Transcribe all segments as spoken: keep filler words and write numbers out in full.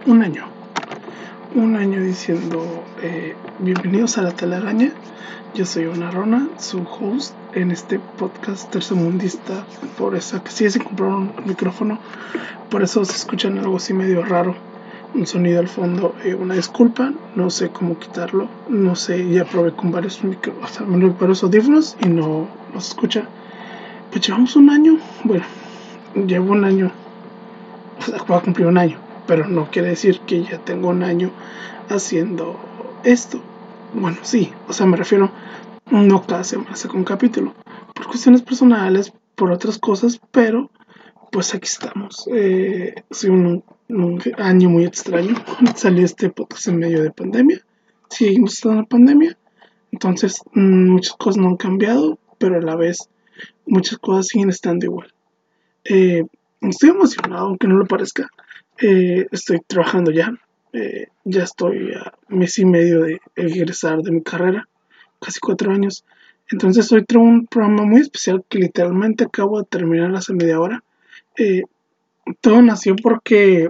un año. Un año diciendo eh, bienvenidos a La Telaraña. Yo soy Una Rona, su host en este podcast tercermundista. Por eso que sí, sin comprar un micrófono, por eso se escuchan algo así medio raro, un sonido al fondo. Eh, una disculpa, no sé cómo quitarlo, no sé, ya probé con varios micro, o sea, varios audífonos y no los escucha. Pues llevamos un año, bueno, llevo un año, o sea, voy a cumplir un año, pero no quiere decir que ya tengo un año haciendo esto. Bueno, sí, o sea, me refiero, no cada semana saco un capítulo, por cuestiones personales, por otras cosas, pero pues aquí estamos. Eh, soy un, un año muy extraño. Salió este podcast en medio de pandemia, seguimos estando en pandemia, entonces mmm, muchas cosas no han cambiado, pero a la vez muchas cosas siguen estando igual. Eh, Estoy emocionado, aunque no lo parezca. Eh, estoy trabajando ya. Eh, ya estoy a mes y medio de egresar de mi carrera, casi cuatro años. Entonces hoy traigo un programa muy especial que literalmente acabo de terminar hace media hora. Eh, Todo nació porque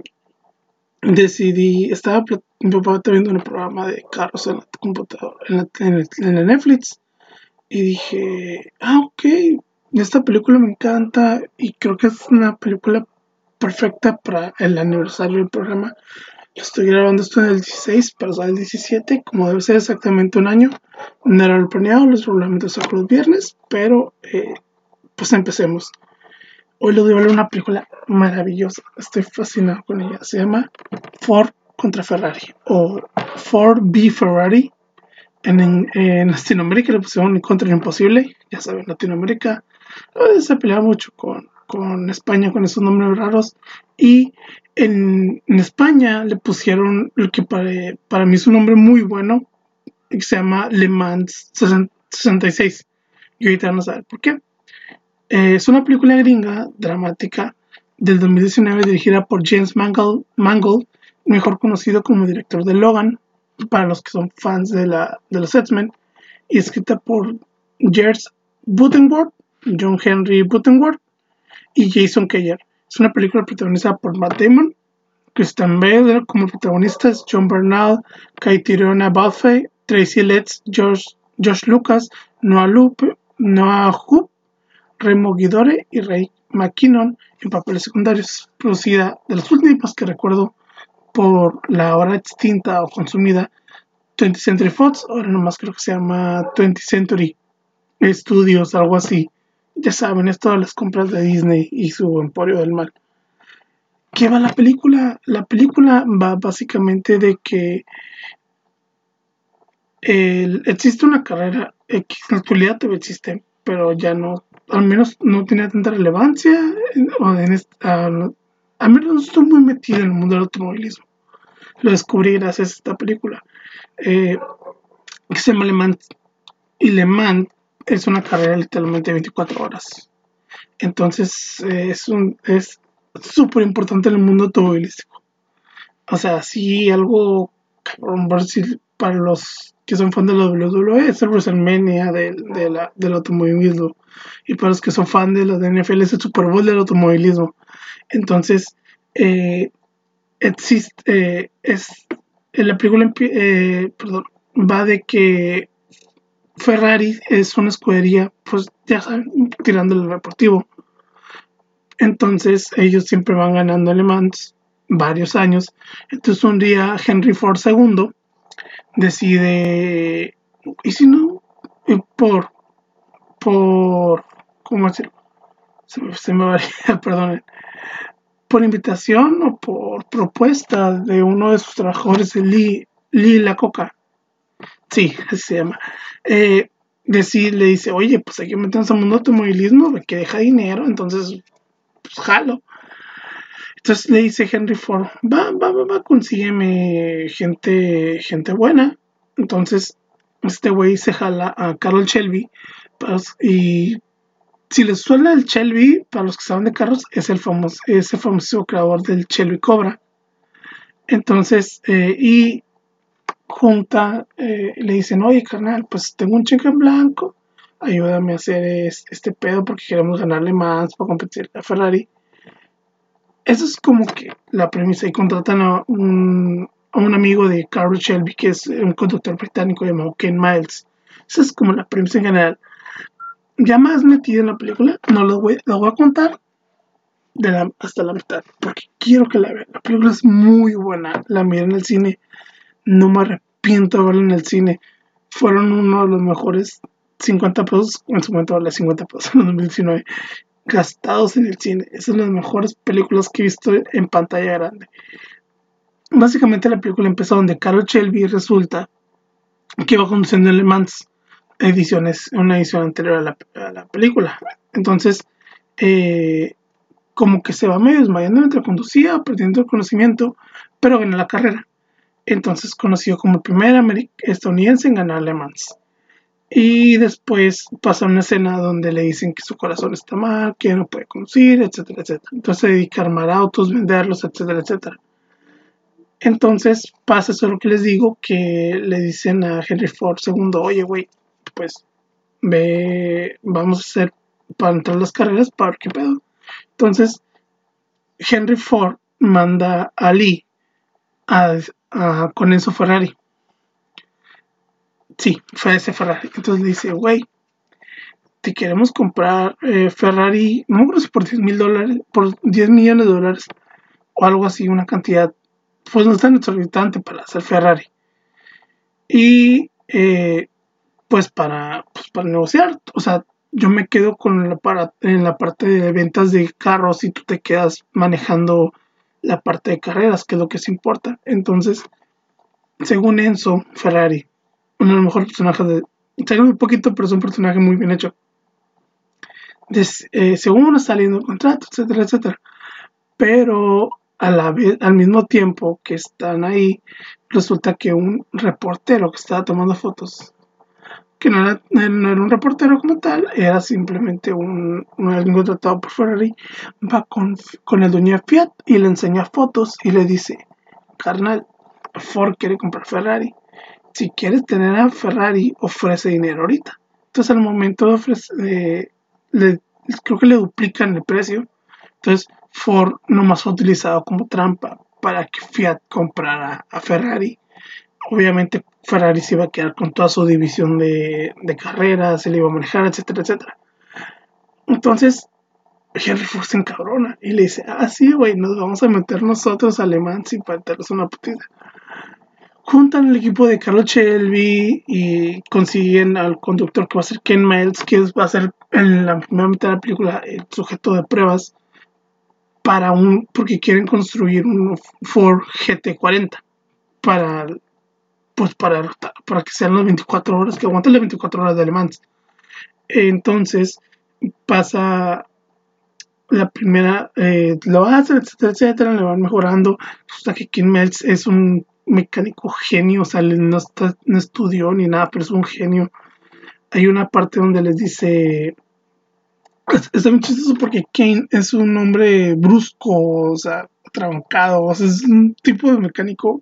decidí, estaba, mi papá estaba viendo un programa de carros en la computadora, en la, en el- en la Netflix, y dije, ah, ok, esta película me encanta y creo que es una película perfecta para el aniversario del programa. Lo estoy grabando esto en el dieciséis, pero sale el diecisiete, como debe ser exactamente un año. No era lo planeado, los regularmente saco los viernes, pero eh, pues empecemos. Hoy les voy a ver una película maravillosa, estoy fascinado con ella. Se llama Ford contra Ferrari o Ford v Ferrari. En, en, en Latinoamérica le pusieron contra lo imposible. Ya saben, Latinoamérica eh, se pelea mucho con, con España con esos nombres raros. Y en, en España le pusieron lo que para, para mí es un nombre muy bueno, que se llama Le Mans sesenta y seis. Y ahorita van a saber por qué. Eh, es una película gringa, dramática, del dos mil diecinueve, dirigida por James Mangold, Mangold, mejor conocido como director de Logan, para los que son fans de, la, de los X-Men, y escrita por Gers Butenwald, John Henry Butenwald y Jason Keller. Es una película protagonizada por Matt Damon, Christian Bale como protagonistas, John Bernal, Caitriona Balfe, Tracy Letts, Josh, Josh Lucas, Noah Lupe, Noah Hoop, Remo Guidore y Ray McKinnon en papeles secundarios, producida de las últimas que recuerdo por la ahora extinta o consumida twentieth Century Fox, ahora nomás creo que se llama twentieth Century Studios, algo así. Ya saben, es todas las compras de Disney y su emporio del mal. ¿Qué va la película? La película va básicamente de que el, existe una carrera X, en la actualidad todavía existe, pero ya no, al menos no tenía tanta relevancia, o en esta, al menos no estoy muy metido en el mundo del automovilismo. Lo descubrí gracias a esta película. Eh, que se llama Le Mans, y Le Mans es una carrera literalmente de veinticuatro horas. Entonces eh, es un es súper importante en el mundo automovilístico. O sea, sí, algo cabrón, por decir, para los que son fan de la W W E es el WrestleMania del, de la, del automovilismo. Y para los que son fan de la de N F L es el Super Bowl del automovilismo. Entonces, eh, existe, eh, es, en la película eh, perdón, va de que Ferrari es una escudería, pues ya saben, tirando el deportivo. Entonces ellos siempre van ganando Le Mans varios años. Entonces un día Henry Ford segundo decide, y si no, eh, por, por, ¿cómo decirlo? Se me, se me varía, perdonen. Por invitación o por propuesta de uno de sus trabajadores, Lee, Lee La Coca, sí, así se llama, eh, decir, le dice, oye, pues hay que meternos al mundo automovilismo, que deja dinero, entonces, pues jalo. Entonces le dice Henry Ford, va, va, va, va, consígueme gente, gente buena. Entonces, este güey se jala a Carroll Shelby, y si les suena el Shelby, para los que saben de carros, es el famoso, es el famoso creador del Shelby Cobra. Entonces, eh, y junta, eh, le dicen, oye, carnal, pues tengo un cheque en blanco, ayúdame a hacer es, este pedo porque queremos ganarle más para competir a Ferrari. eso es como que la premisa, y contratan a un, a un amigo de Carroll Shelby, que es un conductor británico llamado Ken Miles. Esa es como la premisa en general. Ya más metido en la película, no lo voy, lo voy a contar de la, hasta la mitad, porque quiero que la vean. La película es muy buena, la miré en el cine, no me arrepiento de verla en el cine. Fueron uno de los mejores cincuenta pesos, en su momento vale cincuenta pesos en dos mil diecinueve, gastados en el cine. Es una de las mejores películas que he visto en pantalla grande. Básicamente la película empieza donde Carroll Shelby resulta que va conduciendo en Le Mans, ediciones, una edición anterior a la, a la película. Entonces, eh, como que se va medio desmayando mientras conducía, perdiendo el conocimiento, pero gana la carrera. Entonces, conocido como el primer estadounidense en ganar Le Mans. Y después pasa una escena donde le dicen que su corazón está mal, que no puede conducir, etcétera, etcétera. Entonces se dedica a armar autos, venderlos, etcétera, etcétera. Entonces pasa eso lo que les digo, que le dicen a Henry Ford segundo, oye, güey, pues ve, vamos a hacer para entrar a las carreras para ver qué pedo. Entonces Henry Ford manda a Lee a, a, con Enzo Ferrari. Sí, fue ese Ferrari. Entonces le dice, güey, si queremos comprar eh, Ferrari, no me acuerdo si por diez mil dólares, por diez millones de dólares o algo así, una cantidad, pues no es tan exorbitante para hacer Ferrari. Y eh, pues para, pues para negociar, o sea, yo me quedo con la para, en la parte de ventas de carros y tú te quedas manejando la parte de carreras, que es lo que se importa. Entonces, según Enzo Ferrari, uno de los mejores personajes de, sale muy poquito, pero es un personaje muy bien hecho. Des, eh, según está saliendo el contrato, etcétera, etcétera. Pero a la vez, al mismo tiempo que están ahí, resulta que un reportero que estaba tomando fotos, que no era, no era un reportero como tal, era simplemente un, un alguien contratado por Ferrari, va con, con el dueño de Fiat y le enseña fotos y le dice, carnal, Ford quiere comprar Ferrari. Si quieres tener a Ferrari, ofrece dinero ahorita. Entonces al momento de ofrecer, eh, le, creo que le duplican el precio. Entonces Ford nomás fue utilizado como trampa para que Fiat comprara a Ferrari. Obviamente Ferrari se iba a quedar con toda su división de, de carreras, se le iba a manejar, etcétera, etcétera. Entonces Henry Ford se encabrona y le dice, ah, sí, güey, nos vamos a meter nosotros alemanes y para meterles una putida. Juntan el equipo de Carroll Shelby y consiguen al conductor que va a ser Ken Miles, que va a ser en la primera mitad de la película el sujeto de pruebas para un, porque quieren construir un Ford G T cuarenta para, pues para, para que sean las veinticuatro horas, que aguanten las veinticuatro horas de Le Mans. Entonces pasa la primera, eh, lo hacen, etcétera, etcétera, le van mejorando. Hasta que Ken Miles es un mecánico genio, o sea, no, está, no estudió ni nada, pero es un genio. Hay una parte donde les dice, está muy chistoso porque Kane es un hombre brusco, o sea, trancado, o sea, es un tipo de mecánico,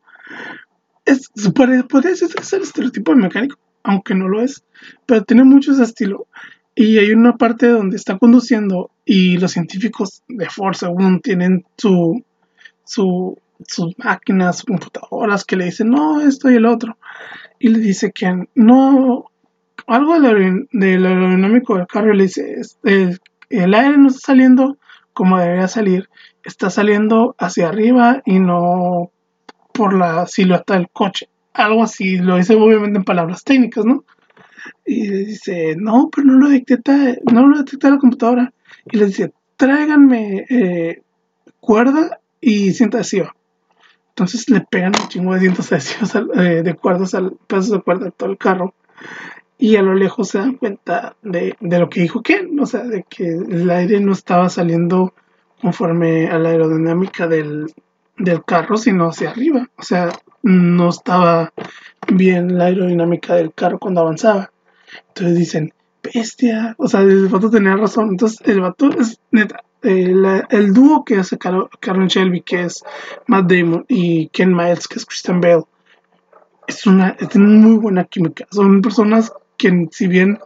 es, podría decir que es el estereotipo de mecánico, aunque no lo es, pero tiene mucho ese estilo. Y hay una parte donde está conduciendo y los científicos de Ford según tienen su, su, sus máquinas, sus computadoras que le dicen, no, esto y el otro. Y le dice que no, algo del de aerodinámico del carro, le dice, el, el aire no está saliendo como debería salir, está saliendo hacia arriba y no por la silueta del coche. Algo así, lo dice obviamente en palabras técnicas, ¿no? Y le dice, no, pero no lo detecta, no lo detecta la computadora. Y le dice, tráiganme eh, cuerda y cinta adhesiva. Entonces le pegan un chingo de cintas adhesivas eh, de cuerdas, al pedazos de cuerda a todo el carro. Y a lo lejos se dan cuenta de, de lo que dijo Ken, o sea, de que el aire no estaba saliendo conforme a la aerodinámica del, del carro, sino hacia arriba. O sea, no estaba bien la aerodinámica del carro cuando avanzaba. Entonces dicen, bestia, o sea, el vato tenía razón. Entonces el vato es neta, el, el dúo que hace Carroll Shelby, que es Matt Damon, y Ken Miles, que es Christian Bale, es una, tienen muy buena química. Son personas que, si bien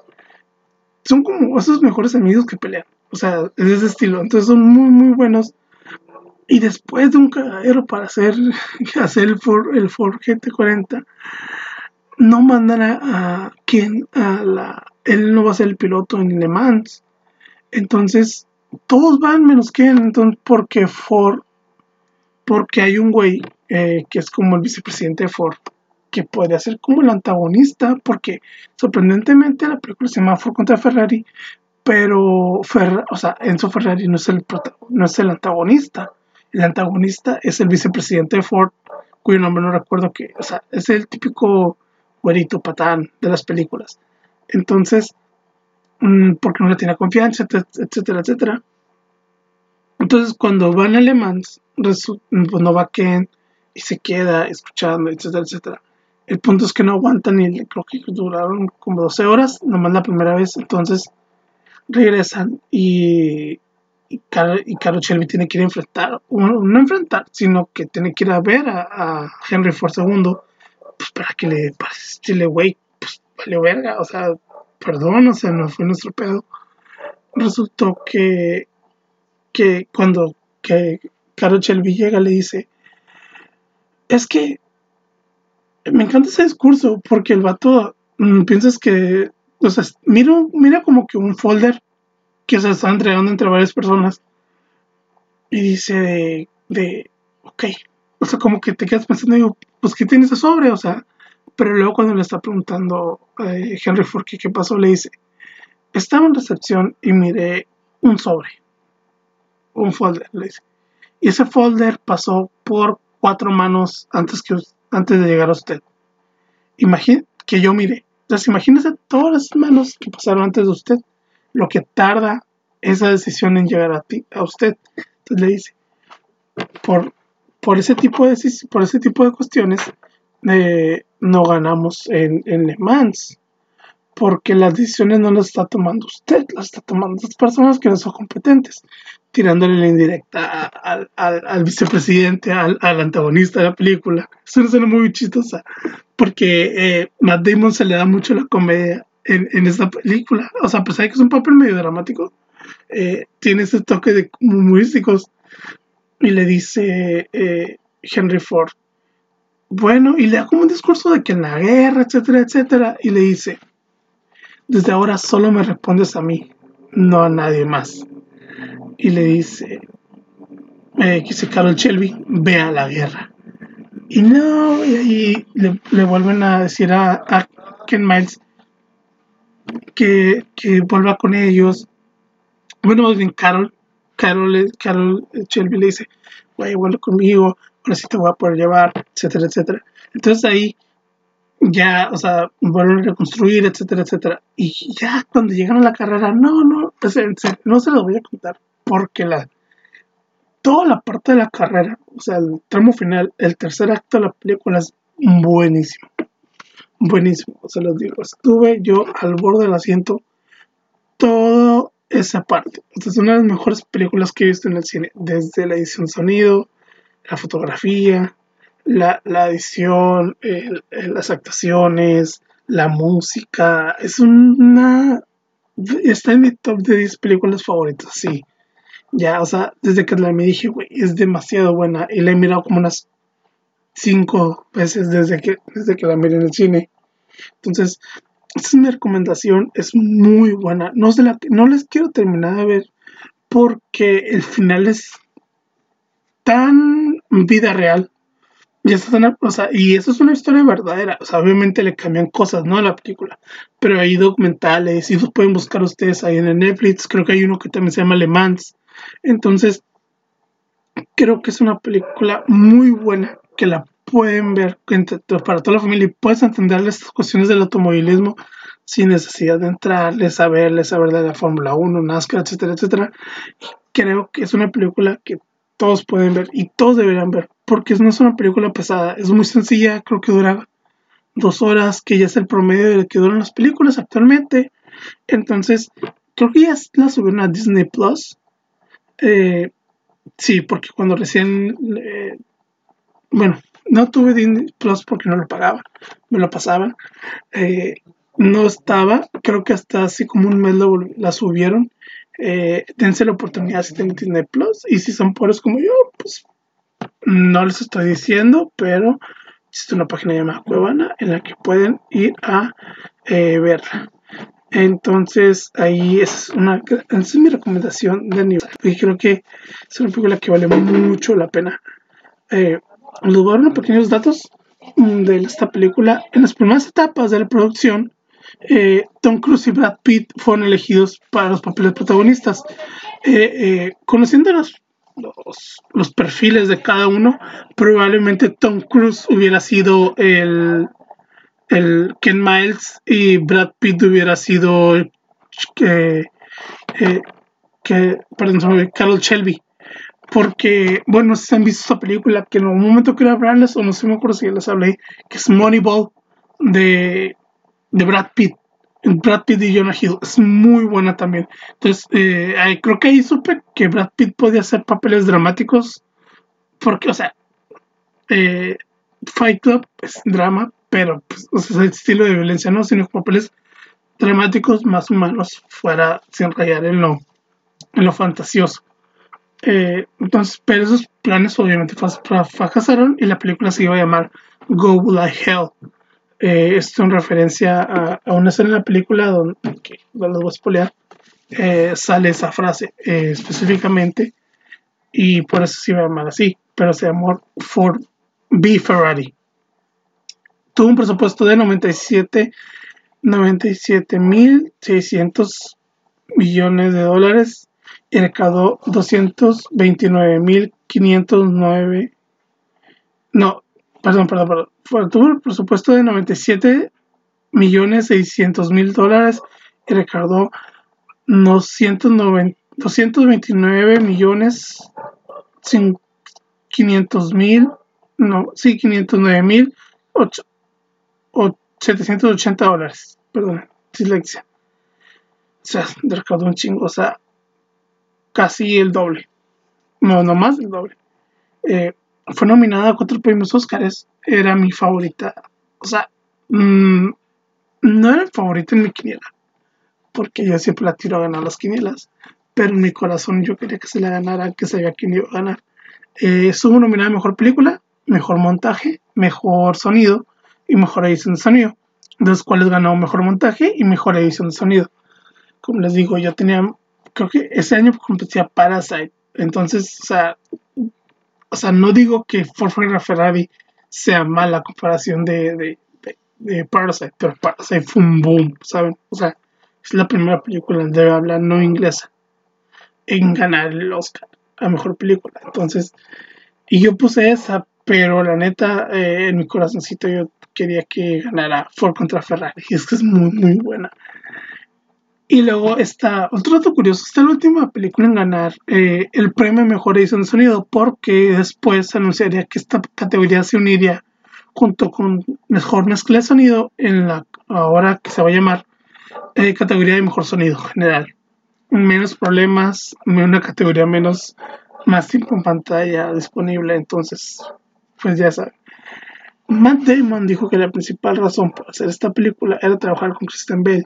son como esos mejores amigos que pelean, o sea, es de ese estilo. Entonces son muy, muy buenos. Y después de un cagadero para hacer, hacer el Ford, el Ford G T cuarenta, no mandan a, a quien a la él no va a ser el piloto en Le Mans. Entonces todos van menos Ken, entonces porque Ford, porque hay un güey eh, que es como el vicepresidente de Ford, que podría ser como el antagonista, porque sorprendentemente la película se llama Ford contra Ferrari, pero Fer, o sea, Enzo Ferrari no es el no es el antagonista. El antagonista es el vicepresidente de Ford, cuyo nombre no recuerdo, que, o sea, es el típico güerito patán de las películas. Entonces, mmm, porque no le tiene confianza, etcétera, etcétera. Entonces, cuando van a Le Mans, pues no va Ken y se queda escuchando, etcétera, etcétera. El punto es que no aguantan y creo que duraron como doce horas, nomás la primera vez. Entonces regresan y, y, Car y Carol Shelby tiene que ir a enfrentar, bueno, no enfrentar, sino que tiene que ir a ver a, a Henry Ford segundo, pues para que le parezca, güey, pues valió verga, o sea, perdón, o sea, no fue nuestro pedo. Resultó que que cuando que Carol Shelby llega le dice, es que me encanta ese discurso porque el vato mmm, piensas que, o sea, mira, mira como que un folder que se está entregando entre varias personas y dice de, de ok, o sea, como que te quedas pensando, digo, pues ¿qué tiene ese sobre? O sea, pero luego cuando le está preguntando eh, Henry Ford que qué pasó, le dice, estaba en recepción y miré un sobre, un folder, le dice. Y ese folder pasó por cuatro manos antes, que, antes de llegar a usted. Imagine que yo mire. Entonces, imagínese todas las manos que pasaron antes de usted, lo que tarda esa decisión en llegar a ti, a usted. Entonces le dice, por, por ese tipo de por ese tipo de cuestiones, eh, no ganamos en, en Le Mans. Porque las decisiones no las está tomando usted, las está tomando las personas que no son competentes, tirándole la indirecta al, al, al vicepresidente, al, al, antagonista de la película. Es una escena muy chistosa, porque eh, Matt Damon se le da mucho la comedia en, en esta película. O sea, a pesar de que es un papel medio dramático, eh, tiene ese toque de humorísticos. Y le dice eh, Henry Ford, bueno, y le da como un discurso de que en la guerra, etcétera, etcétera, y le dice, desde ahora solo me respondes a mí, no a nadie más. Y le dice, eh, que dice Carol Shelby, ve a la guerra. Y no, y ahí le, le vuelven a decir a, a Ken Miles que, que vuelva con ellos. Bueno, más bien Carol, Carol, Carol Shelby le dice, güey, vuelve conmigo, ahora sí te voy a poder llevar, etcétera, etcétera. Entonces ahí ya, o sea, vuelven a reconstruir, etcétera, etcétera. Y ya cuando llegan a la carrera, no, no, pues en serio, no se lo voy a contar, porque la toda la parte de la carrera, o sea, el tramo final, el tercer acto de la película es buenísimo, buenísimo, se los digo, estuve yo al borde del asiento toda esa parte. Esta es una de las mejores películas que he visto en el cine, desde la edición sonido, la fotografía, la, la edición, el, el, las actuaciones, la música. Es una... Está en mi top de diez películas favoritas, sí. Ya, o sea, desde que la me dije, güey, es demasiado buena. Y la he mirado como unas cinco veces desde que, desde que la miré en el cine. Entonces, esta es mi recomendación, es muy buena. No, se la, no les quiero terminar de ver porque el final es tan vida real. Y, tan, o sea, y eso es una historia verdadera. O sea, obviamente le cambian cosas, ¿no? A la película. Pero hay documentales y los pueden buscar ustedes ahí en el Netflix. Creo que hay uno que también se llama Le Mans. Entonces, creo que es una película muy buena que la pueden ver para toda la familia y puedes entender estas cuestiones del automovilismo sin necesidad de entrarle, saberle, saber de la Fórmula uno, NASCAR, etcétera, etcétera. Creo que es una película que todos pueden ver y todos deberían ver porque no es una película pesada, es muy sencilla, creo que dura dos horas, que ya es el promedio de que duran las películas actualmente. Entonces, creo que ya la subieron a Disney Plus. Eh, sí, porque cuando recién eh, bueno, no tuve Disney Plus porque no lo pagaba, me lo pasaban. Eh, no estaba, creo que hasta así como un mes lo, la subieron. Eh, dense la oportunidad si tienen Disney Plus y si son pobres como yo, pues no les estoy diciendo, pero existe una página llamada Cuevana en la que pueden ir a eh, verla. Entonces ahí es una esa es mi recomendación de nivel, porque creo que es una película que vale mucho la pena. Eh, les voy a dar unos pequeños datos mm, de esta película. En las primeras etapas de la producción, eh, Tom Cruise y Brad Pitt fueron elegidos para los papeles protagonistas. Eh, eh, conociendo los, los, los perfiles de cada uno, probablemente Tom Cruise hubiera sido el, el Ken Miles y Brad Pitt hubiera sido que, eh, que perdón, Carol Shelby. Porque, bueno, no sé si han visto esta película que en un momento quiero hablarles, o no sé, me acuerdo si ya les hablé, que es Moneyball de, de Brad Pitt. Brad Pitt y Jonah Hill. Es muy buena también. Entonces, eh, creo que ahí supe que Brad Pitt podía hacer papeles dramáticos. Porque, o sea, eh, Fight Club es drama, pero pues, o sea, es el estilo de violencia, ¿no? Sino papeles dramáticos más humanos, fuera sin rayar en lo, en lo fantasioso. Eh, entonces, pero esos planes obviamente fracasaron y la película se iba a llamar Go Like Hell. Eh, esto en referencia a, a, una escena en la película donde, que no les voy a spoilear, eh, sale esa frase eh, específicamente y por eso se iba a llamar así, pero se llamó Ford B Ferrari. Tuvo un presupuesto de noventa y siete mil seiscientos millones de dólares y recaudó doscientos veintinueve mil quinientos nueve. No, perdón, perdón, perdón. Fue, tuvo el presupuesto de noventa y siete millones seiscientos mil dólares y recaudó doscientos veintinueve millones quinientos mil, no, sí, quinientos nueve mil setecientos ochenta dólares. Perdón, dislexia. O sea, recaudó un chingo, o sea, casi el doble. No, no más del doble. Eh, fue nominada a cuatro premios Óscares. Era mi favorita. O sea, mmm, no era el favorito en mi quiniela, porque yo siempre la tiro a ganar las quinielas. Pero en mi corazón yo quería que se la ganara, que sabía quién iba a ganar. Eh, estuvo nominada a Mejor Película, Mejor Montaje, Mejor Sonido y Mejor Edición de Sonido, de los cuales ganó Mejor Montaje y Mejor Edición de Sonido. Como les digo, yo tenía, creo que ese año competía Parasite. Entonces, o sea, o sea, no digo que Ford contra Ferrari sea mala comparación de, de, de, de Parasite, pero Parasite fue un boom, ¿saben? O sea, es la primera película de habla no inglesa en ganar el Oscar a mejor película. Entonces, y yo puse esa, pero la neta, eh, en mi corazoncito yo quería que ganara Ford contra Ferrari. Y es que es muy, muy buena. Y luego está, otro dato curioso, está la última película en ganar eh, el premio Mejor Edición de Sonido, porque después se anunciaría que esta categoría se uniría junto con Mejor Mezcla de Sonido en la ahora que se va a llamar eh, categoría de Mejor Sonido General. Menos problemas, una categoría menos, más tiempo en pantalla disponible, entonces, pues ya saben. Matt Damon dijo que la principal razón por hacer esta película era trabajar con Christian Bale.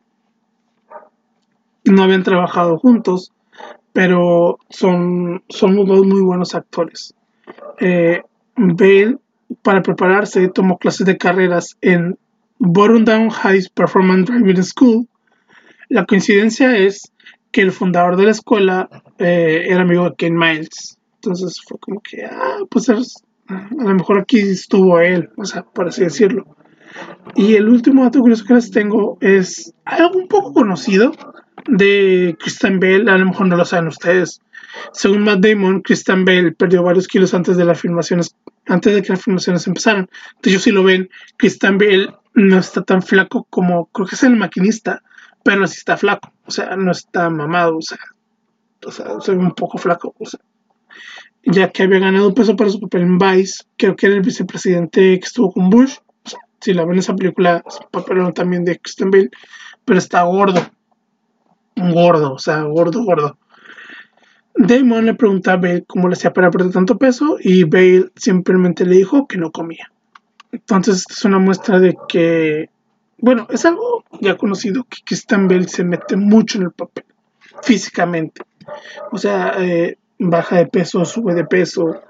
No habían trabajado juntos, pero son, son dos muy buenos actores. Eh, Bale, para prepararse, tomó clases de carreras en Bottom High Performance Driving School. La coincidencia es que el fundador de la escuela eh, era amigo de Ken Miles. Entonces fue como que, ah, pues es, a lo mejor aquí estuvo él, o sea, por así decirlo. Y el último dato curioso que les tengo es algo un poco conocido de Christian Bale, a lo mejor no lo saben ustedes. Según Matt Damon, Christian Bale perdió varios kilos antes de las filmaciones, antes de que las filmaciones empezaran. Entonces, ellos sí lo ven, Christian Bale no está tan flaco como, creo que es el maquinista, pero sí está flaco, o sea, no está mamado, o sea, o sea, se ve un poco flaco, o sea, ya que había ganado peso para su papel en Vice, creo que era el vicepresidente que estuvo con Bush. O sea, si la ven esa película, es un papel también de Christian Bale, pero está gordo, gordo, o sea, gordo, gordo. Damon le preguntó a Bale cómo le hacía para perder tanto peso y Bale simplemente le dijo que no comía. Entonces, esta es una muestra de que, bueno, es algo ya conocido que Christian Bale se mete mucho en el papel, físicamente. O sea, eh, baja de peso, sube de peso,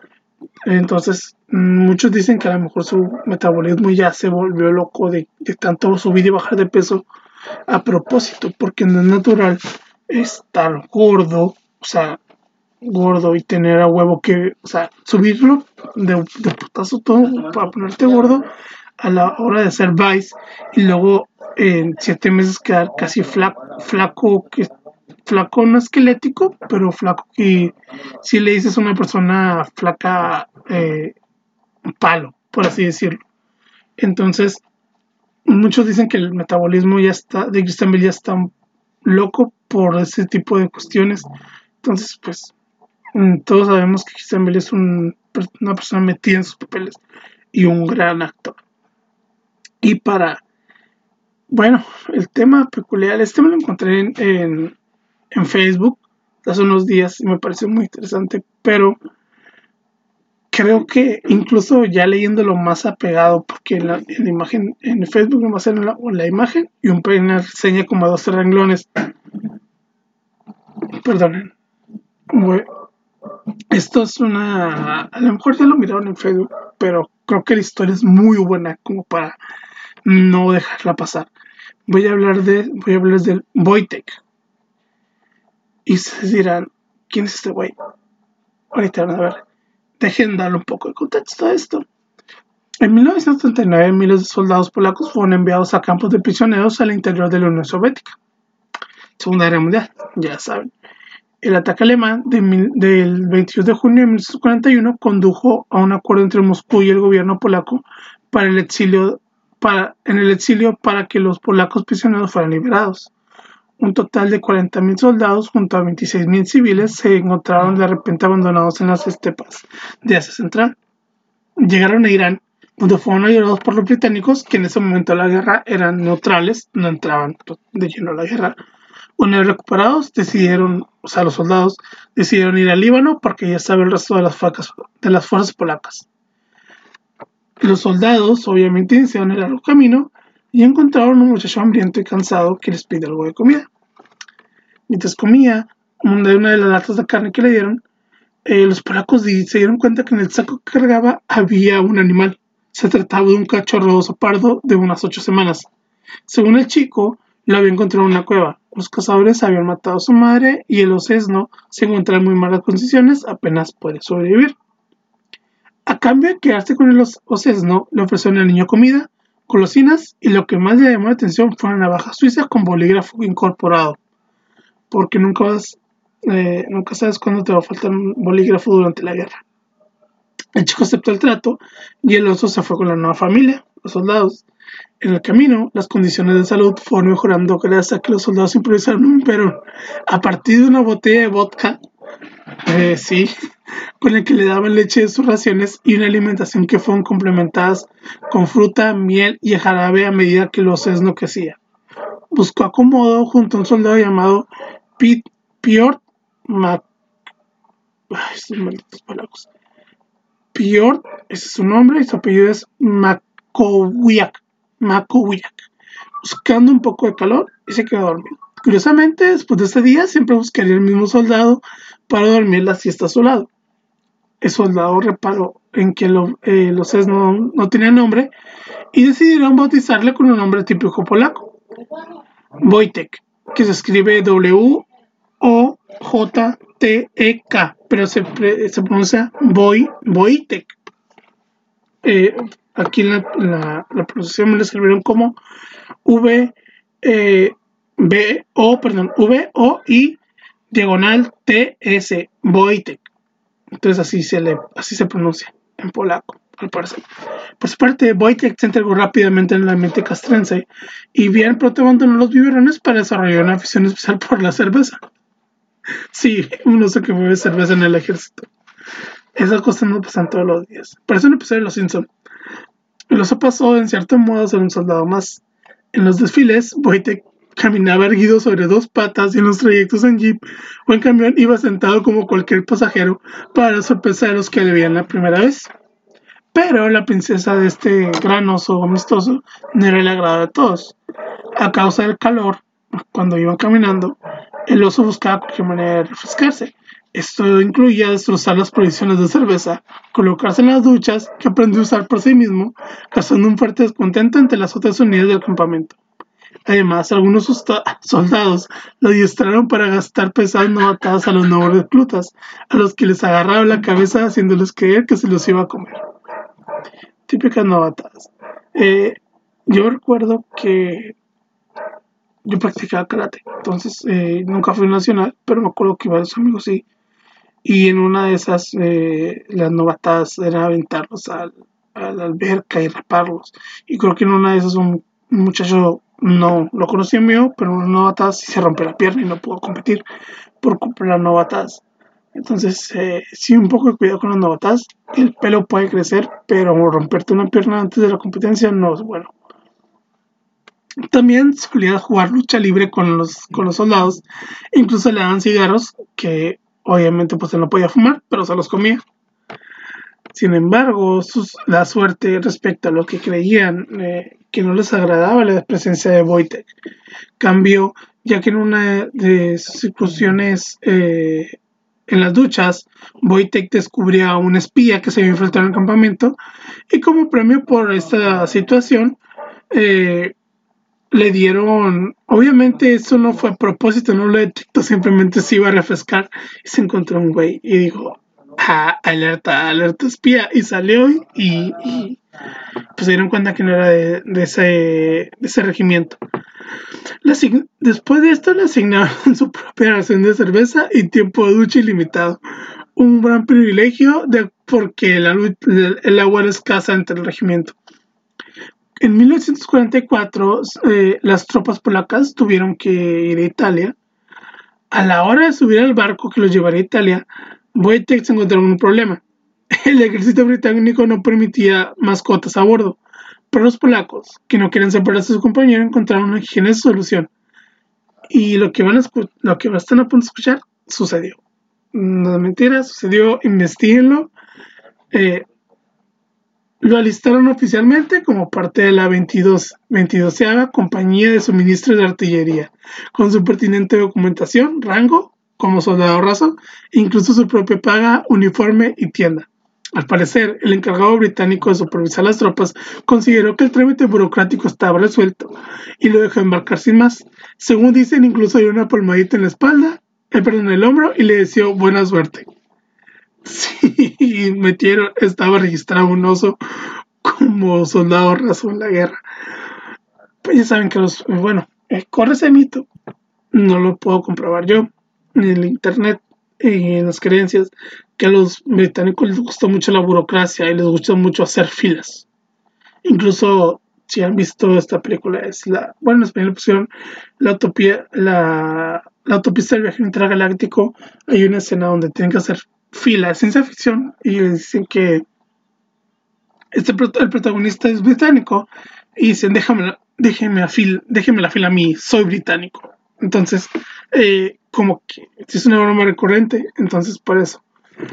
Entonces, muchos dicen que a lo mejor su metabolismo ya se volvió loco de, de tanto subir y bajar de peso a propósito, porque no es natural estar gordo, o sea, gordo y tener a huevo que, o sea, subirlo de, de putazo todo para ponerte gordo a la hora de hacer vice y luego en siete meses quedar casi flaco, flaco, que flaco no esquelético, pero flaco que si le dices a una persona flaca, eh, palo, por así decirlo. Entonces, muchos dicen que el metabolismo ya está, de Christian Bale ya está loco por ese tipo de cuestiones. Entonces, pues, mm, todos sabemos que Christian Bale es un, una persona metida en sus papeles y un gran actor. Y para, bueno, el tema peculiar, este me lo encontré en, en, en Facebook hace unos días y me pareció muy interesante, pero creo que incluso ya leyéndolo más apegado, porque en la, en la imagen, en Facebook nomás era la, la imagen y un, una reseña como a doce renglones. Perdonen. Bueno, esto es una. A lo mejor ya lo miraron en Facebook, pero creo que la historia es muy buena como para no dejarla pasar. Voy a hablar de. Voy a hablar del Wojtek. Y se dirán, ¿quién es este güey? Ahorita van a ver. Dejen darle un poco de contexto a esto. En mil novecientos treinta y nueve, miles de soldados polacos fueron enviados a campos de prisioneros al interior de la Unión Soviética. Segunda Guerra Mundial, ya saben. El ataque alemán de mil, del veintidós de junio de mil novecientos cuarenta y uno condujo a un acuerdo entre Moscú y el gobierno polaco para el exilio, para, en el exilio para que los polacos prisioneros fueran liberados. Un total de cuarenta mil soldados junto a veintiséis mil civiles se encontraron de repente abandonados en las estepas de Asia Central. Llegaron a Irán, donde fueron ayudados por los británicos, que en ese momento de la guerra eran neutrales, no entraban de lleno a la guerra. Una vez recuperados, decidieron, o sea, los soldados decidieron ir al Líbano porque ya estaba el resto de las, facas, de las fuerzas polacas. Los soldados, obviamente, iniciaron el largo camino y encontraron un muchacho hambriento y cansado que les pide algo de comida. Mientras comía de una de las latas de carne que le dieron, eh, los polacos se dieron cuenta que en el saco que cargaba había un animal. Se trataba de un cachorro oso pardo de unas ocho semanas. Según el chico, lo había encontrado en una cueva. Los cazadores habían matado a su madre y el osesno se encuentra en muy malas condiciones, apenas puede sobrevivir. A cambio de quedarse con el osesno, le ofrecieron al niño comida, golosinas y lo que más le llamó la atención fue una navaja suiza con bolígrafo incorporado. Porque nunca vas, eh, nunca sabes cuándo te va a faltar un bolígrafo durante la guerra. El chico aceptó el trato y el oso se fue con la nueva familia, los soldados. En el camino, las condiciones de salud fueron mejorando gracias a que los soldados improvisaron un perón a partir de una botella de vodka, eh, sí, con el que le daban leche de sus raciones y una alimentación que fueron complementadas con fruta, miel y jarabe a medida que el osesno crecía. Buscó acomodo junto a un soldado llamado Pete Piotr Mac... Ay, estos malditos palabras. Piotr, ese es su nombre, y su apellido es Makowiak. Makowiak. Buscando un poco de calor y se quedó dormido. Curiosamente, después de ese día, siempre buscaría el mismo soldado para dormir la siesta a su lado. El soldado reparó en que lo, eh, los es no, no tenían nombre y decidieron bautizarle con un nombre típico polaco, Wojtek, que se escribe W O J T E K, pero se, se pronuncia Boy, Wojtek. Eh, aquí en la, la, la pronunciación me lo escribieron como V, eh, B, O, perdón, V, O, I, diagonal, T, S, Wojtek. Entonces así se, le, así se pronuncia en polaco, al parecer. Por su parte, Wojtek se integró rápidamente en el ambiente castrense y bien pronto abandonó los biberones para desarrollar una afición especial por la cerveza. Sí, uno sé que bebe cerveza en el ejército. Esas cosas no pasan todos los días. Parece un episodio de Los Simpsons. El oso pasó, en cierto modo, a ser un soldado más. En los desfiles, Wojtek caminaba erguido sobre dos patas y en los trayectos en jeep o en camión iba sentado como cualquier pasajero para sorpresa de los que le veían la primera vez. Pero la princesa de este gran oso amistoso no era el agrado de todos. A causa del calor, cuando iban caminando, el oso buscaba cualquier manera de refrescarse. Esto incluía destrozar las provisiones de cerveza, colocarse en las duchas, que aprendió a usar por sí mismo, causando un fuerte descontento entre las otras unidades del campamento. Además, algunos soldados lo adiestraron para gastar pesadas novatadas a los nuevos reclutas, a los que les agarraban la cabeza haciéndoles creer que se los iba a comer. Típicas novatadas. Eh, yo recuerdo que yo practicaba karate, entonces eh, nunca fui nacional, pero me acuerdo que varios amigos sí. Y en una de esas, eh, las novatadas era aventarlos al, a la alberca y raparlos. Y creo que en una de esas un, un muchacho no lo conocía mío, pero en una novatada sí se rompió la pierna y no pudo competir por cumplir las novatadas. Entonces, eh, sí, un poco de cuidado con las novatadas. El pelo puede crecer, pero romperte una pierna antes de la competencia no es bueno. También solía jugar lucha libre con los, con los soldados. Incluso le daban cigarros que obviamente pues él no podía fumar, pero se los comía. Sin embargo, sus, la suerte respecto a lo que creían eh, que no les agradaba la presencia de Wojtek cambió, ya que en una de sus incursiones eh, en las duchas, Wojtek descubrió a un espía que se había infiltrado en el campamento y como premio por esta situación, eh, le dieron, obviamente eso no fue a propósito, no lo detectó, simplemente se iba a refrescar y se encontró un güey y dijo, ah, alerta, alerta espía, y salió y, y pues se dieron cuenta que no era de, de, ese, de ese regimiento. Le Después de esto le asignaron su propia ración de cerveza y tiempo de ducha ilimitado, un gran privilegio de, porque el, el agua era escasa entre el regimiento. En mil novecientos cuarenta y cuatro, eh, las tropas polacas tuvieron que ir a Italia. A la hora de subir al barco que los llevaría a Italia, Wojtek se encontró con un problema. El ejército británico no permitía mascotas a bordo, pero los polacos, que no querían separarse de su compañero, encontraron una ingeniosa solución. Y lo que van a lo que están a punto de escuchar sucedió. No es mentira, sucedió, investiguenlo. Eh, Lo alistaron oficialmente como parte de la veintidós Compañía de Suministros de Artillería, con su pertinente documentación, rango como soldado raso, e incluso su propia paga, uniforme y tienda. Al parecer, el encargado británico de supervisar las tropas consideró que el trámite burocrático estaba resuelto y lo dejó embarcar sin más. Según dicen, incluso dio una palmadita en la espalda, eh, perdón, en el hombro y le deseó buena suerte. Sí, metieron, estaba registrado un oso como soldado raso en la guerra. Pues ya saben que los, bueno, eh, corre ese mito, no lo puedo comprobar yo, en el internet y en las creencias, que a los británicos les gusta mucho la burocracia y les gusta mucho hacer filas. Incluso, si han visto esta película, es la, bueno, en español pusieron la utopía, la, la autopista del viaje intergaláctico, hay una escena donde tienen que hacer fila, ciencia ficción, y dicen que este el protagonista es británico y dicen déjame déjeme a fil, déjeme la fila a mí, soy británico. Entonces eh, como que es una broma recurrente, entonces por eso.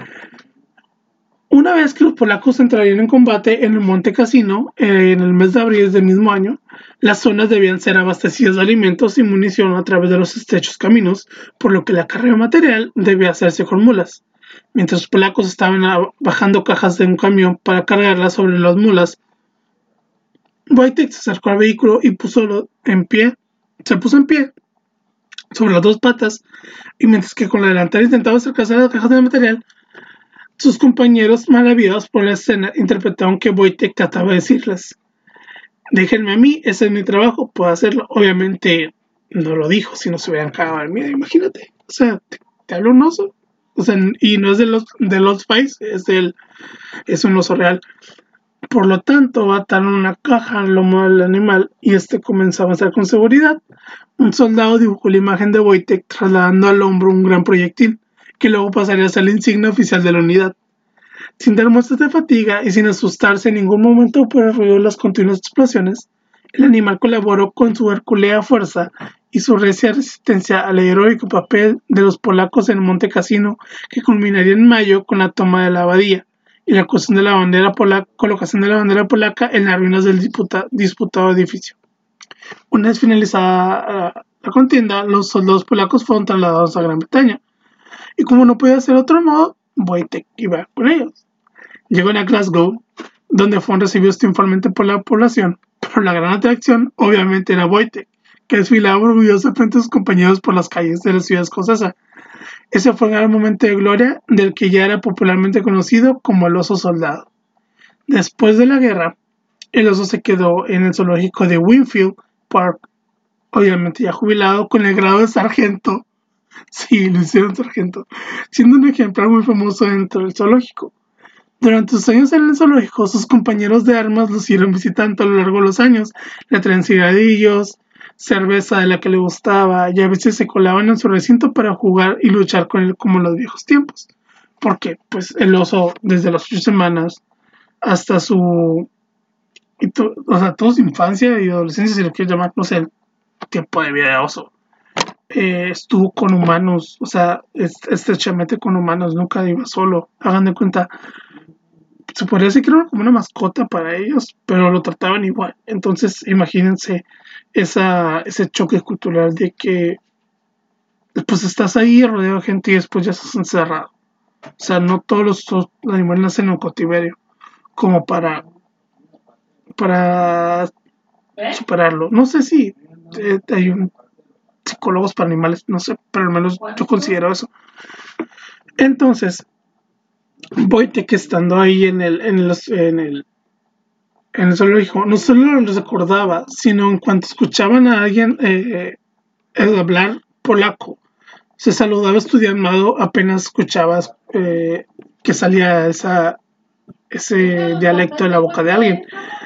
Una vez que los polacos entrarían en combate en el Monte Cassino eh, en el mes de abril del mismo año, las zonas debían ser abastecidas de alimentos y munición a través de los estrechos caminos, por lo que la carga de material debía hacerse con mulas. Mientras los polacos estaban bajando cajas de un camión para cargarlas sobre las mulas, Wojtek se acercó al vehículo y puso en pie, se puso en pie sobre las dos patas, y mientras que con la delantera intentaba acercarse a las cajas de material, sus compañeros, maravillados por la escena, interpretaron que Wojtek trataba de decirles: déjenme a mí, ese es mi trabajo, puedo hacerlo. Obviamente no lo dijo, si no se hubieran cagado al miedo, imagínate. O sea, te, te hablo un oso. O sea, y no es de los de los Spice, es del es un oso real. Por lo tanto, ataron una caja al lomo del animal y este comenzó a avanzar con seguridad. Un soldado dibujó la imagen de Wojtek trasladando al hombro un gran proyectil, que luego pasaría a ser la insignia oficial de la unidad. Sin dar muestras de fatiga y sin asustarse en ningún momento por el ruido de las continuas explosiones, el animal colaboró con su hercúlea fuerza y su recia resistencia al heroico papel de los polacos en el Monte Cassino, que culminaría en mayo con la toma de la abadía y la colocación de la bandera polaca, colocación de la bandera polaca en las ruinas del disputa, disputado edificio. Una vez finalizada uh, la contienda, los soldados polacos fueron trasladados a Gran Bretaña y como no podía ser otro modo, Wojtek iba con ellos. Llegó a Glasgow, donde fueron recibidos triunfalmente por la población, pero la gran atracción obviamente era Wojtek, que desfilaba orgulloso frente a sus compañeros por las calles de la ciudad escocesa. Ese fue un gran momento de gloria del que ya era popularmente conocido como el oso soldado. Después de la guerra, el oso se quedó en el zoológico de Winfield Park, obviamente ya jubilado con el grado de sargento. Sí, lo hicieron sargento, siendo un ejemplar muy famoso dentro del zoológico. Durante sus años en el zoológico, sus compañeros de armas lo siguieron visitando a lo largo de los años. Le traían cigarrillos, cerveza de la que le gustaba, y a veces se colaban en su recinto para jugar y luchar con él como en los viejos tiempos. Porque, pues, el oso, desde las ocho semanas hasta su. Y to, o sea, toda su infancia y adolescencia, si lo quieres llamar, no sé, el tiempo de vida de oso. Eh, estuvo con humanos, o sea, estrechamente con humanos, nunca iba solo. Hagan de cuenta, se podría decir que era como una mascota para ellos, pero lo trataban igual. Entonces, imagínense esa, ese choque cultural de que pues estás ahí rodeado de gente y después ya estás encerrado. O sea, no todos los, los animales nacen en un cautiverio como para, para superarlo. No sé si eh, hay un psicólogos para animales, no sé, pero al menos yo considero eso. Entonces, Wojtek estando ahí en el, en los, en el, en el zoológico, no solo lo recordaba, sino en cuanto escuchaban a alguien eh, eh, hablar polaco, se saludaba estudiantado apenas escuchabas eh, que salía esa, ese dialecto de la boca de alguien.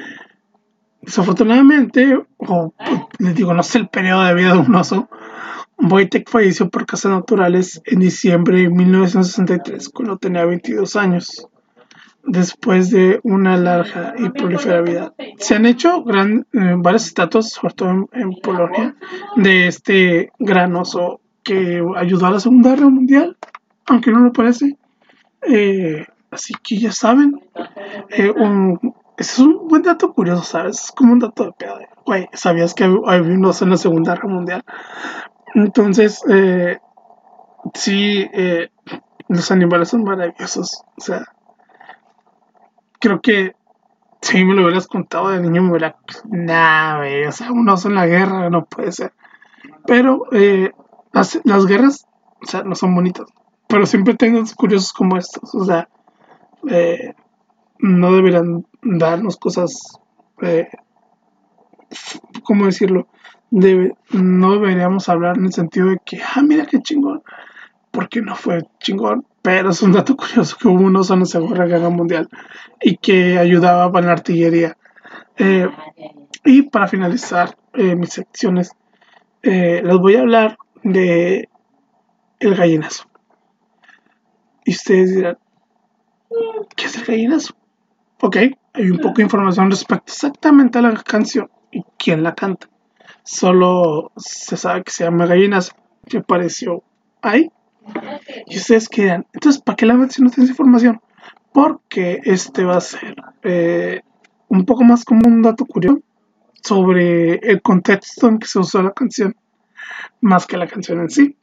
Desafortunadamente, o les digo, no sé el periodo de vida de un oso, Wojtek falleció por causas naturales en diciembre de mil novecientos sesenta y tres, cuando tenía veintidós años, después de una larga y prolífera vida. Se han hecho gran, eh, varias estatuas, sobre todo en, en Polonia, de este gran oso que ayudó a la Segunda Guerra Mundial, aunque no lo parece. Eh, así que ya saben, eh, un, ese es un buen dato curioso, ¿sabes? Es como un dato de pedo. Güey, ¿sabías que había un oso en la Segunda Guerra Mundial? Entonces, eh, sí, eh, los animales son maravillosos. O sea, creo que si me lo hubieras contado de niño me hubiera... Nah, güey, o sea, un oso en la guerra no puede ser. Pero eh, las, las guerras, o sea, no son bonitas. Pero siempre tengo curiosos como estos. O sea, eh, no deberían darnos cosas, eh, ¿cómo decirlo? Debe, no deberíamos hablar en el sentido de que, ah, mira qué chingón, porque no fue chingón, pero es un dato curioso que hubo un oso en la Segunda Guerra Mundial y que ayudaba para la artillería. Eh, y para finalizar eh, mis secciones, eh, les voy a hablar de el gallinazo. Y ustedes dirán, ¿qué es el gallinazo? Ok, hay un poco de información respecto exactamente a la canción y quién la canta. Solo se sabe que se llama Gallinazo, que apareció ahí. Y ustedes quedan, entonces, ¿para qué la menciono esta información? Porque este va a ser eh, un poco más como un dato curioso sobre el contexto en que se usó la canción, más que la canción en sí.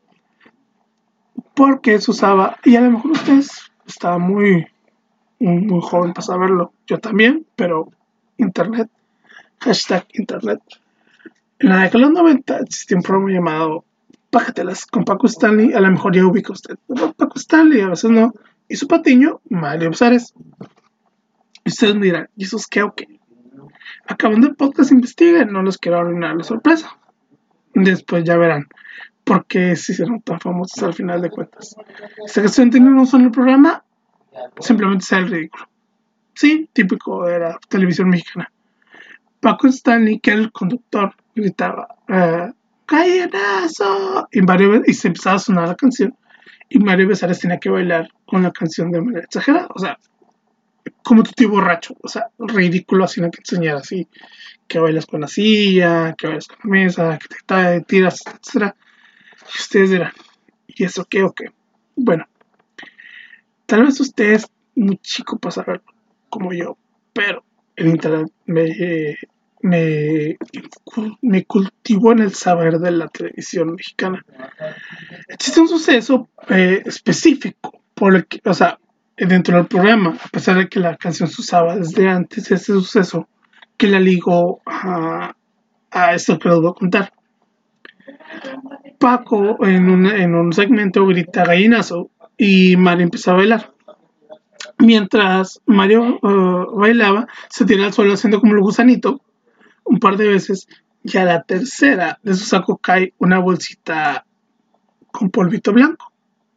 Porque se usaba, y a lo mejor ustedes estaban muy, muy, muy joven para saberlo, yo también, pero internet, hashtag internet. En la década de los noventa existía un programa llamado Pájatelas con Paco Stanley, a lo mejor ya ubica usted. Paco Stanley, a veces no. Y su patiño, Mario Besares. Y ustedes me dirán, ¿y eso es qué o qué? Acabando el podcast, investiguen, no les quiero arruinar la sorpresa. Después ya verán por qué se hicieron tan famosos al final de cuentas. Esta canción tiene un uso en el programa, simplemente sea el ridículo. Sí, típico de la televisión mexicana. Paco Stanley, que era el conductor, gritaba uh, ¡Gallinazo! Y, Mario, y se empezaba a sonar la canción. Y Mario Besares tenía que bailar con la canción de manera exagerada. O sea, como tu tío borracho. O sea, ridículo así no que enseñar así. Que bailas con la silla, que bailas con la mesa, que te tiras, etcétera. Y ustedes dirán, ¿y eso qué o qué? Bueno, tal vez usted es muy chico para saberlo, como yo. Pero el internet me... Eh, me, me cultivó en el saber de la televisión mexicana. Existe un suceso eh, específico, por el que, o sea, dentro del programa, a pesar de que la canción se usaba desde antes, ese suceso que la ligó a, a esto que les voy a contar. Paco en un, en un segmento grita gallinazo y Mario empieza a bailar. Mientras Mario uh, bailaba, se tira al suelo haciendo como el gusanito un par de veces y a la tercera de su saco cae una bolsita con polvito blanco.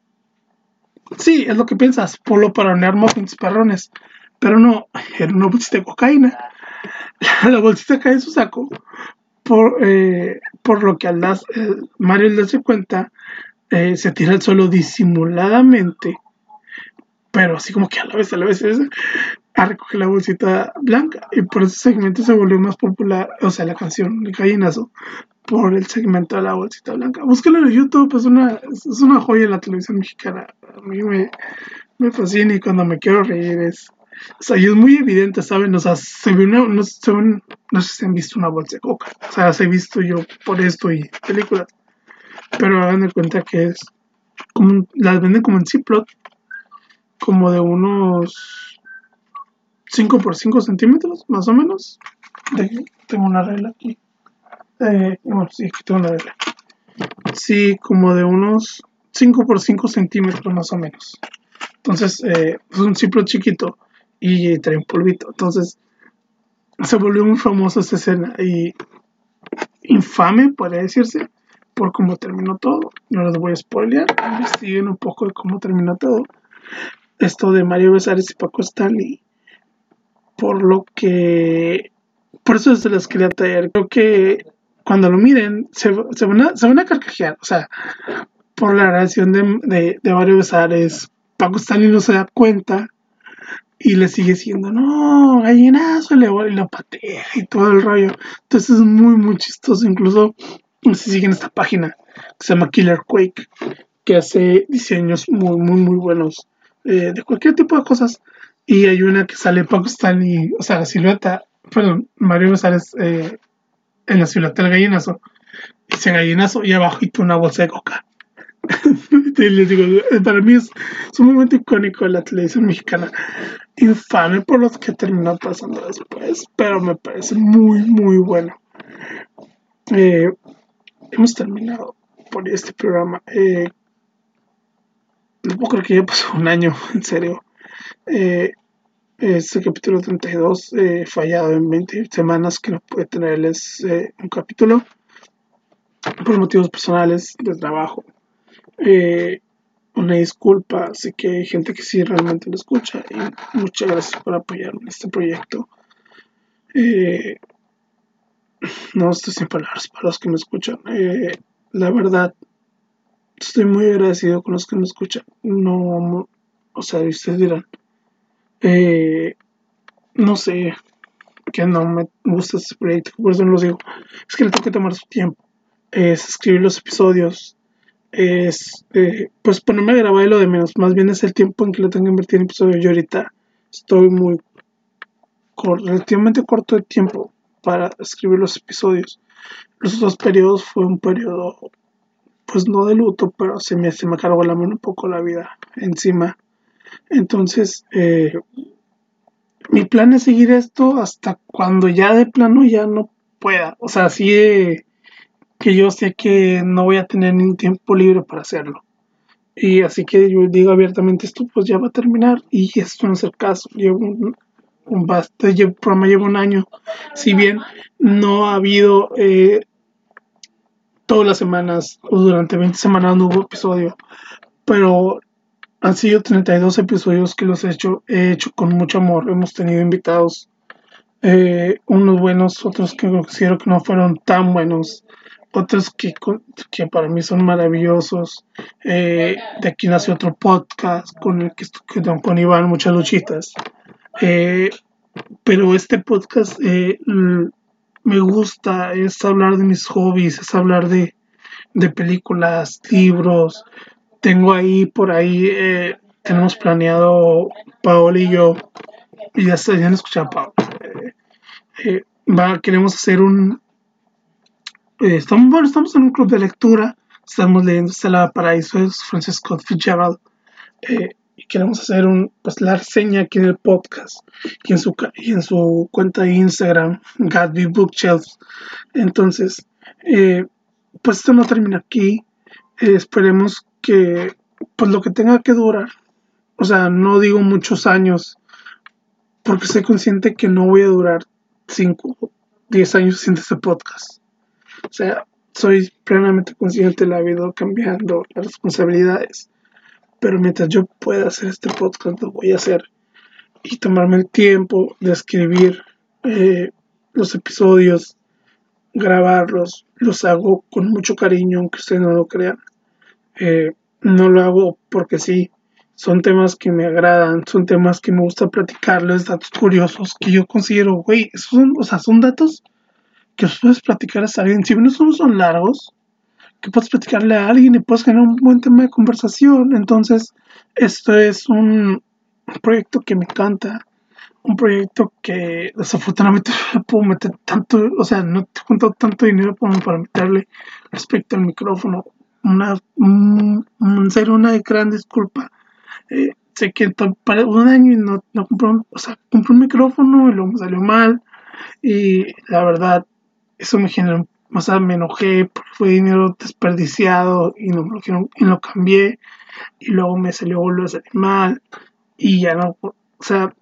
Sí, es lo que piensas, polo para hornear muffins perrones, pero no, era una bolsita de cocaína. La bolsita cae en su saco, por, eh, por lo que al das, eh, Mario al darse cuenta eh, se tira al suelo disimuladamente, pero así como que a la vez, a la vez, a recoger la bolsita blanca. Y por ese segmento se volvió más popular, o sea, la canción de Gallinazo, por el segmento de la bolsita blanca. Búscalo en YouTube, es una, es una joya en la televisión mexicana. A mí me, me fascina y cuando me quiero reír es... O sea, y es muy evidente, ¿saben? O sea, se ve una, no, se ven, no sé si han visto una bolsa de coca. O sea, las he visto yo por esto y películas. Pero hagan de cuenta que es como, las venden como en Ziploc, como de unos cinco por cinco centímetros, más o menos. De, tengo una regla aquí. Eh, bueno, sí, aquí tengo una regla. Sí, como de unos cinco por cinco centímetros, más o menos. Entonces, eh, es un cipro chiquito y trae un polvito. Entonces, se volvió muy famosa esa escena y infame, puede decirse, por cómo terminó todo. No les voy a spoilear, investiguen un poco de cómo terminó todo. Esto de Mario Besares y Paco Stanley, por lo que... Por eso se les quería traer. Creo que cuando lo miren, se, se, van, a, se van a carcajear. O sea, por la reacción de, de, de Mario Besares, Paco Stanley no se da cuenta y le sigue diciendo, no, gallinazo, le y lo patea y todo el rollo. Entonces es muy, muy chistoso. Incluso, no sé si siguen esta página que se llama Killer Quake, que hace diseños muy, muy, muy buenos eh, de cualquier tipo de cosas. Y hay una que sale Paco Stanley, o sea, la silueta, perdón, Mario Besares eh, en la silueta del gallinazo, dice gallinazo y abajito una bolsa de coca. Y les digo, para mí es, es un momento icónico de la televisión mexicana. Infame por los que terminó pasando después, pero me parece muy, muy bueno. Eh, hemos terminado por este programa. Eh, no puedo creer que ya pasó un año, en serio. Eh, este capítulo treinta y dos, eh, fallado en veinte semanas, que no puede tenerles eh, un capítulo por motivos personales de trabajo. Eh, una disculpa, sé que hay gente que sí realmente lo escucha y muchas gracias por apoyarme en este proyecto. Eh, no estoy sin palabras para los que me escuchan. Eh, la verdad, estoy muy agradecido con los que me escuchan. No, o sea, ustedes dirán, eh, no sé, que no me gusta este proyecto, por eso no los digo. Es que le tengo que tomar su tiempo. Es escribir los episodios, es eh, pues ponerme a grabar y lo de menos, más bien es el tiempo en que le tengo que invertir en episodios. Yo ahorita estoy muy cor- relativamente corto de tiempo para escribir los episodios. Los dos periodos fue un periodo, pues no de luto, pero se me, se me cargó la mano un poco la vida encima. Entonces, eh, mi plan es seguir esto hasta cuando ya de plano ya no pueda. O sea, sí eh, que yo sé que no voy a tener ni tiempo libre para hacerlo. Y así que yo digo abiertamente, esto pues ya va a terminar y esto no es el caso. Llevo un, un basta, llevo, programa llevo un año. Si bien no ha habido eh, todas las semanas o durante veinte semanas no hubo episodio, pero han sido treinta y dos episodios que los he hecho, he hecho con mucho amor. Hemos tenido invitados, eh, unos buenos, otros que considero que no fueron tan buenos, otros que, que para mí son maravillosos. Eh, de aquí nació otro podcast con el que estoy con Iván, muchas luchitas. Eh, pero este podcast eh, me gusta, es hablar de mis hobbies, es hablar de, de películas, libros. Tengo ahí por ahí, eh, tenemos planeado Paola y yo, y ya se ya han escuchado a Paola. Eh, eh, va, queremos hacer un, eh, estamos, bueno, estamos en un club de lectura, estamos leyendo Estela Paraíso de Francis Scott Fitzgerald, eh, y queremos hacer un, pues la reseña aquí en el podcast y en su, y en su cuenta de Instagram, Gatsby Bookshelves. Entonces, eh, pues esto no termina aquí. Eh, esperemos que, pues lo que tenga que durar, o sea, no digo muchos años, porque soy consciente que no voy a durar cinco o diez años haciendo este podcast. O sea, soy plenamente consciente de la vida cambiando, las responsabilidades, pero mientras yo pueda hacer este podcast, lo voy a hacer y tomarme el tiempo de escribir eh, los episodios, grabarlos, los hago con mucho cariño, aunque ustedes no lo crean. Eh, no lo hago porque sí, son temas que me agradan, son temas que me gusta platicarles, datos curiosos que yo considero, güey, esos son, o sea, son datos que os puedes platicar a alguien, si bien no son, son largos, que puedes platicarle a alguien y puedes generar un buen tema de conversación. Entonces, esto es un proyecto que me encanta, un proyecto que desafortunadamente no puedo meter tanto, o sea, no te cuento tanto dinero como para meterle respecto al micrófono. Una, un, en serio, una gran disculpa. Eh, sé que to- para un año y no, no compré un, o sea, compré un micrófono y luego me salió mal y la verdad, eso me generó, o sea, me enojé porque fue dinero desperdiciado y no me lo, quiero- y lo cambié y luego me salió volver a salir mal y ya no, o sea,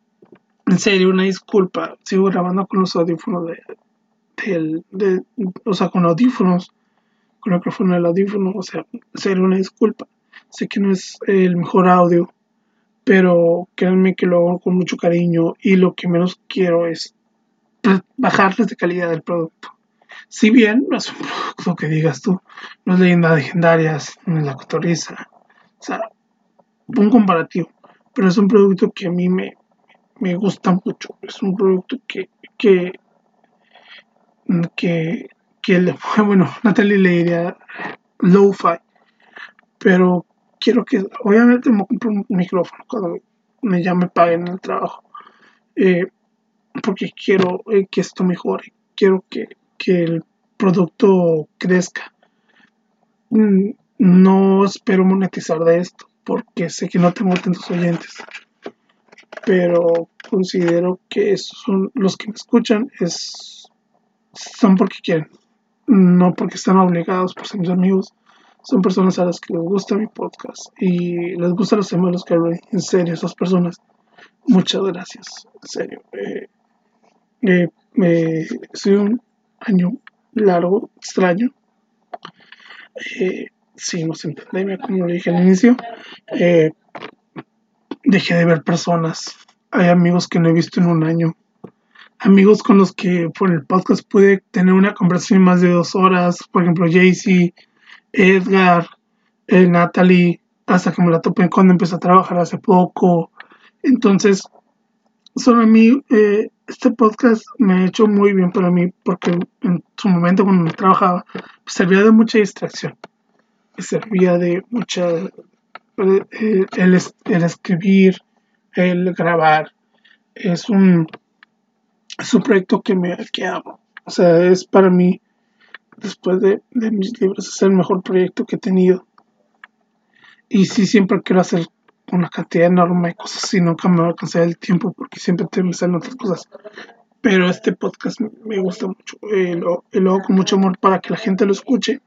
en serio, una disculpa. Sigo grabando con los audífonos de, del, de, o sea, con audífonos, con el micrófono del audífono. O sea, en serio, una disculpa. Sé que no es el mejor audio, pero créanme que lo hago con mucho cariño y lo que menos quiero es bajarles de calidad del producto. Si bien no es un producto que digas tú, no es leyendas legendarias, no es la cotorriza, o sea, un comparativo, pero es un producto que a mí me, me gusta mucho. Es un producto que, que que, que le, bueno, Natalie le diría lo-fi, pero quiero que, obviamente me compro un micrófono cuando me, ya me paguen el trabajo, eh, porque quiero eh, que esto mejore, quiero que, que el producto crezca. Mm, No espero monetizar de esto, porque sé que no tengo tantos oyentes, pero considero que esos son los que me escuchan, es, son porque quieren, no porque están obligados por ser mis amigos. Son personas a las que les gusta mi podcast y les gustan los temas de los que hablo. En serio, esas personas, muchas gracias. En serio. Eh, eh, eh, soy un año largo, extraño. Eh, Seguimos en pandemia, como lo dije al inicio. Eh, Dejé de ver personas. Hay amigos que no he visto en un año. Amigos con los que por el podcast pude tener una conversación más de dos horas. Por ejemplo, Jaycee, Edgar, eh, Natalie, hasta que me la topé cuando empecé a trabajar hace poco. Entonces, solo a mí, eh, este podcast me ha hecho muy bien para mí porque en su momento cuando trabajaba, pues, servía de mucha distracción, me servía de mucha, eh, eh, el, el escribir, el grabar, es un, es un proyecto que me que amo. O sea, es para mí, después de, de mis libros, es el mejor proyecto que he tenido. Y sí, siempre quiero hacer una cantidad enorme de cosas y nunca me va a alcanzar el tiempo porque siempre te me salen otras cosas. Pero este podcast me, me gusta mucho. Eh, lo, lo hago con mucho amor para que la gente lo escuche.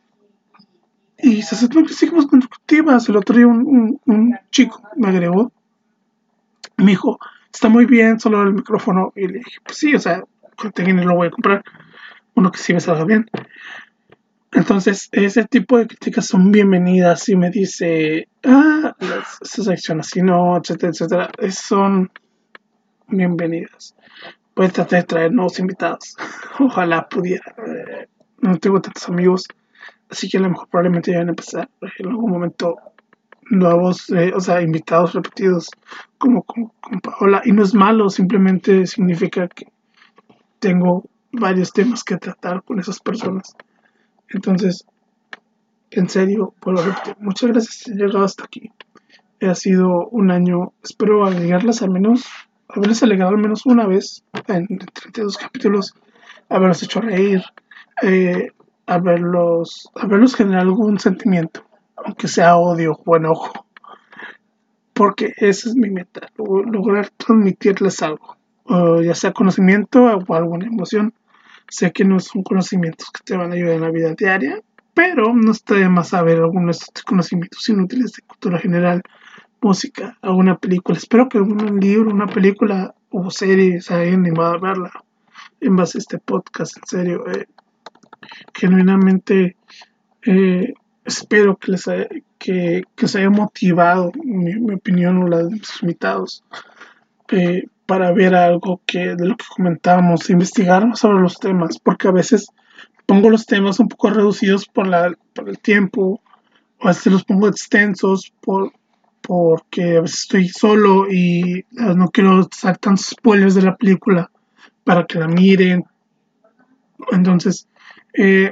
Y se hacen críticas constructivas. El otro día un, un, un chico me agregó. Me dijo, está muy bien solo el micrófono. Y le dije, pues sí, o sea, cuando tenga lo voy a comprar. Uno que sí me salga bien. Entonces, ese tipo de críticas son bienvenidas. Y me dice, ah, las, esa sección así no, etcétera, etcétera, son bienvenidas. Voy a tratar de traer nuevos invitados. Ojalá pudiera. Eh, no tengo tantos amigos, así que a lo mejor probablemente ya van a empezar en algún momento nuevos, eh, o sea, invitados repetidos, como con, con Paola. Y no es malo, simplemente significa que tengo varios temas que tratar con esas personas. Entonces, en serio, vuelvo a repetir, muchas gracias por haber llegado hasta aquí. Ha sido un año, espero agregarlas al menos haberles alegrado al menos una vez en treinta y dos capítulos, haberlos hecho reír, eh, haberlos, haberlos generado algún sentimiento, aunque sea odio o enojo, porque esa es mi meta, lograr transmitirles algo, uh, ya sea conocimiento o alguna emoción. Sé que no son conocimientos que te van a ayudar en la vida diaria, pero no está de más saber algunos de estos conocimientos inútiles de cultura general, música, alguna película. Espero que algún libro, una película o serie se haya animado a verla en base a este podcast. En serio, eh, genuinamente eh, espero que les haya, que, que os haya motivado mi, mi opinión o la de mis invitados, eh, para ver algo que de lo que comentábamos, investigar más sobre los temas, porque a veces pongo los temas un poco reducidos por, la, por el tiempo, o a veces los pongo extensos por, porque a veces estoy solo y eh, no quiero dar tantos spoilers de la película para que la miren. Entonces, eh,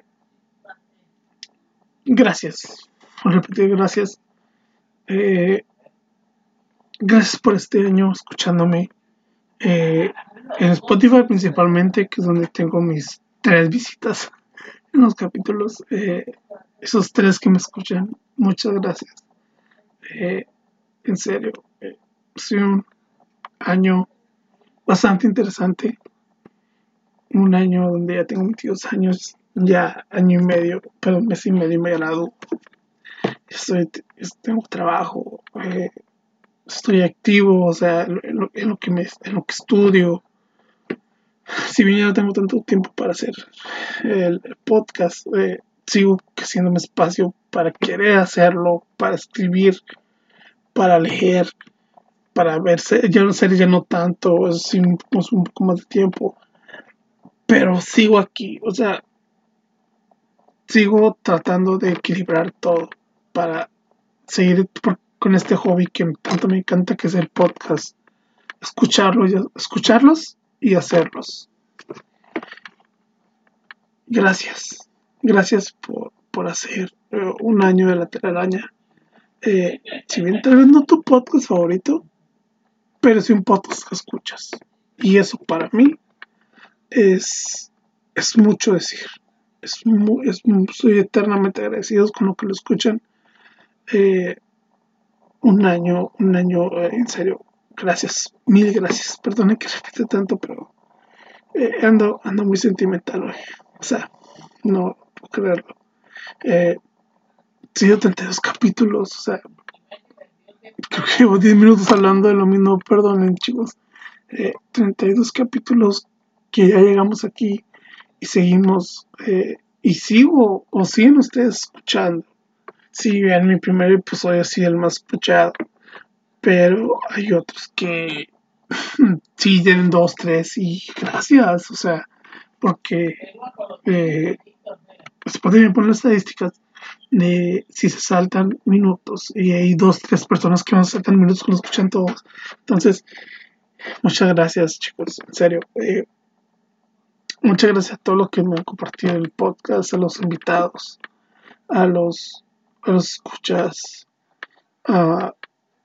gracias, por repetir, gracias. Eh, gracias por este año escuchándome. Eh, en Spotify principalmente, que es donde tengo mis tres visitas en los capítulos. Eh, esos tres que me escuchan, muchas gracias. Eh, en serio, eh, ha sido un año bastante interesante. Un año donde ya tengo veintidós años, ya año y medio, pero un mes y medio me he graduado. Estoy, tengo trabajo, eh, estoy activo, o sea, en lo, en lo que me, en lo que estudio. Si bien ya no tengo tanto tiempo para hacer el, el podcast, eh, sigo haciéndome espacio para querer hacerlo, para escribir, para leer, para ver, ya no ser ya no tanto, es un, un poco más de tiempo, pero sigo aquí, o sea, sigo tratando de equilibrar todo para seguir por, con este hobby que tanto me encanta, que es el podcast, escucharlo y, escucharlos y hacerlos. Gracias, gracias por, por hacer uh, un año de la telaraña. Eh, si bien tal vez no tu podcast favorito, pero sí un podcast que escuchas. Y eso para mí es, es mucho decir. Es, muy, es soy eternamente agradecido con lo que lo escuchan. Eh, un año, un año, eh, en serio, gracias, mil gracias. Perdone que repite tanto, pero eh, ando, ando muy sentimental hoy. O sea, no puedo creerlo. Eh, sido treinta y dos capítulos, o sea, creo que llevo diez minutos hablando de lo mismo, perdonen chicos. Eh, treinta y dos capítulos que ya llegamos aquí y seguimos, eh, y sigo, o siguen ustedes escuchando. Si bien mi primer episodio ha sido el más escuchado, pero hay otros que sí tienen dos, tres y gracias, o sea, porque eh, Spotify pone las estadísticas de si se saltan minutos y hay dos, tres personas que no se saltan minutos que lo escuchan todos. Entonces, muchas gracias chicos, en serio. Eh, muchas gracias a todos los que me han compartido el podcast, a los invitados, a los, a los escuchas, a,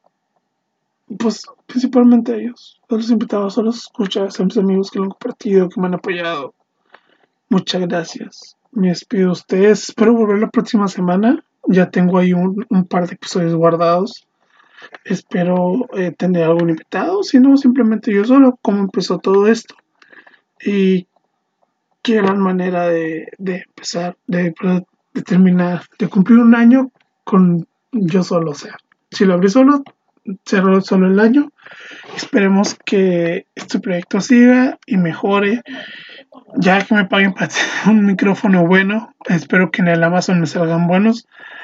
pues principalmente a ellos, a los invitados, a los escuchas, a mis amigos que lo han compartido, que me han apoyado. Muchas gracias. Me despido de ustedes. Espero volver la próxima semana. Ya tengo ahí un, un par de episodios guardados. Espero eh, tener algún invitado. Si no, simplemente yo solo. Cómo empezó todo esto. Y qué gran manera de, de empezar, de, de terminar, de cumplir un año con yo solo. O sea, si lo abrí solo, cerró solo el año. Esperemos que este proyecto siga y mejore. Ya que me paguen para tener un micrófono bueno, espero que en el Amazon me salgan buenos.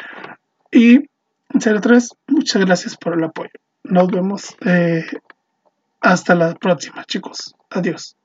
Y cero tres, muchas gracias por el apoyo. Nos vemos. Eh, hasta la próxima, chicos. Adiós.